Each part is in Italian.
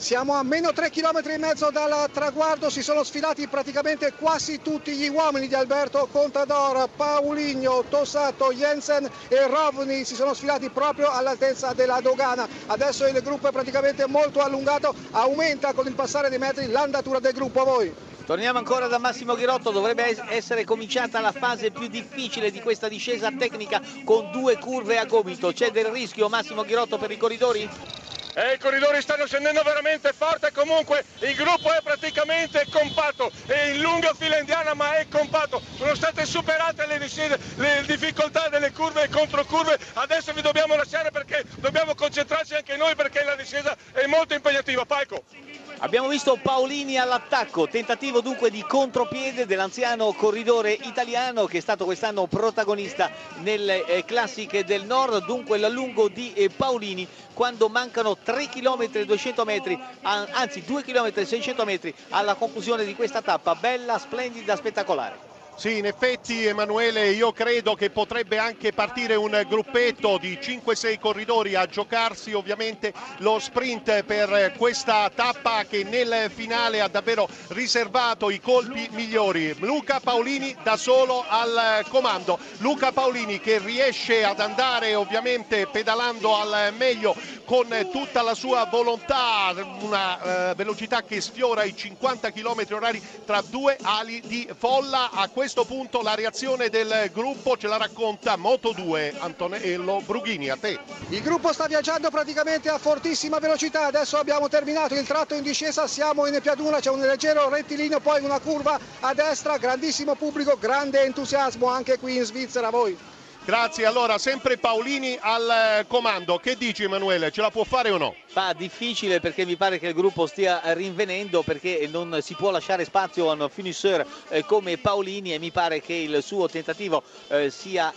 Siamo a meno 3,5 km dal traguardo, si sono sfilati praticamente quasi tutti gli uomini di Alberto Contador, Paulinho, Tosato, Jensen e Rovni si sono sfilati proprio all'altezza della dogana. Adesso il gruppo è praticamente molto allungato, aumenta con il passare dei metri l'andatura del gruppo. A voi. Torniamo ancora da Massimo Ghirotto, dovrebbe essere cominciata la fase più difficile di questa discesa tecnica con 2 curve a gomito. C'è del rischio, Massimo Ghirotto, per i corridori? I corridori stanno scendendo veramente forte, comunque il gruppo è praticamente compatto, è in lunga fila indiana ma è compatto, sono state superate le difficoltà delle curve e controcurve, adesso vi dobbiamo lasciare perché dobbiamo concentrarci anche noi perché la discesa è molto impegnativa. Palco. Abbiamo visto Paolini all'attacco, tentativo dunque di contropiede dell'anziano corridore italiano che è stato quest'anno protagonista nelle classiche del nord, dunque l'allungo di Paolini quando mancano 3 km e 200 metri, anzi 2 km e 600 metri alla conclusione di questa tappa, bella, splendida, spettacolare. Sì, in effetti Emanuele, io credo che potrebbe anche partire un gruppetto di 5-6 corridori a giocarsi ovviamente lo sprint per questa tappa che nel finale ha davvero riservato i colpi migliori. Luca Paolini da solo al comando, Luca Paolini che riesce ad andare ovviamente pedalando al meglio con tutta la sua volontà, una velocità che sfiora i 50 km/h tra 2 ali di folla. A questo punto la reazione del gruppo ce la racconta Moto2 Antonello Brughini, a te. Il gruppo sta viaggiando praticamente a fortissima velocità, adesso abbiamo terminato il tratto in discesa, siamo in pianura, c'è un leggero rettilineo, poi una curva a destra, grandissimo pubblico, grande entusiasmo anche qui in Svizzera. A voi. Grazie, allora sempre Paolini al comando, che dici Emanuele, ce la può fare o no? Fa difficile perché mi pare che il gruppo stia rinvenendo, perché non si può lasciare spazio a un finisher come Paolini e mi pare che il suo tentativo sia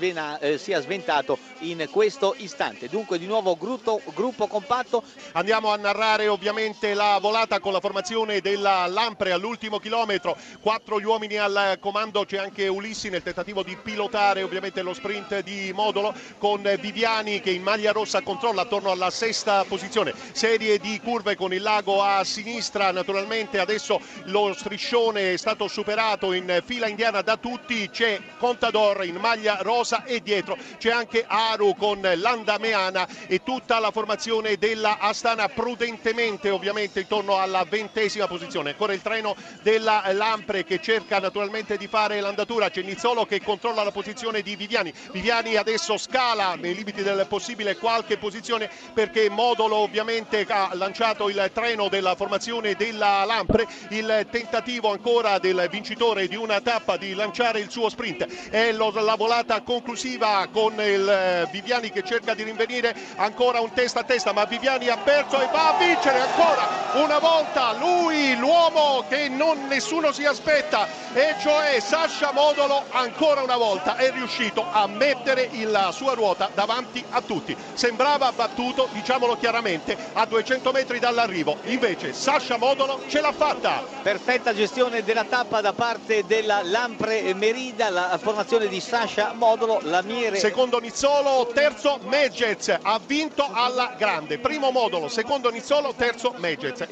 sventato in questo istante. Dunque di nuovo gruppo compatto. Andiamo a narrare ovviamente la volata con la formazione della Lampre all'ultimo chilometro, 4 gli uomini al comando, c'è anche Ulissi nel tentativo di pilotare ovviamente lo sprint di Modolo con Viviani che in maglia rossa controlla attorno alla 6ª posizione. Serie di curve con il lago a sinistra, naturalmente adesso lo striscione è stato superato in fila indiana da tutti, c'è Contador in maglia rosa e dietro c'è anche Aru con l'Andameana e tutta la formazione della Astana prudentemente ovviamente intorno alla 20ª posizione. Ancora il treno della Lampre che cerca naturalmente di fare l'andatura, c'è Nizzolo che controlla la posizione di Viviani adesso scala nei limiti del possibile qualche posizione perché Modolo ovviamente ha lanciato il treno della formazione della Lampre. Il tentativo ancora del vincitore di una tappa di lanciare il suo sprint è la volata conclusiva con il Viviani che cerca di rinvenire ancora un testa a testa, ma Viviani ha perso e va a vincere ancora una volta lui, l'uomo che nessuno si aspetta, e cioè Sasha Modolo ancora una volta è riuscito a mettere la sua ruota davanti a tutti. Sembrava battuto, diciamolo chiaramente, a 200 metri dall'arrivo, invece Sasha Modolo ce l'ha fatta. Perfetta gestione della tappa da parte della Lampre Merida, la formazione di Sasha Modolo, Lamiere. Secondo Nizzolo, terzo Megez, ha vinto alla grande. Primo Modolo, secondo Nizzolo, terzo Megez.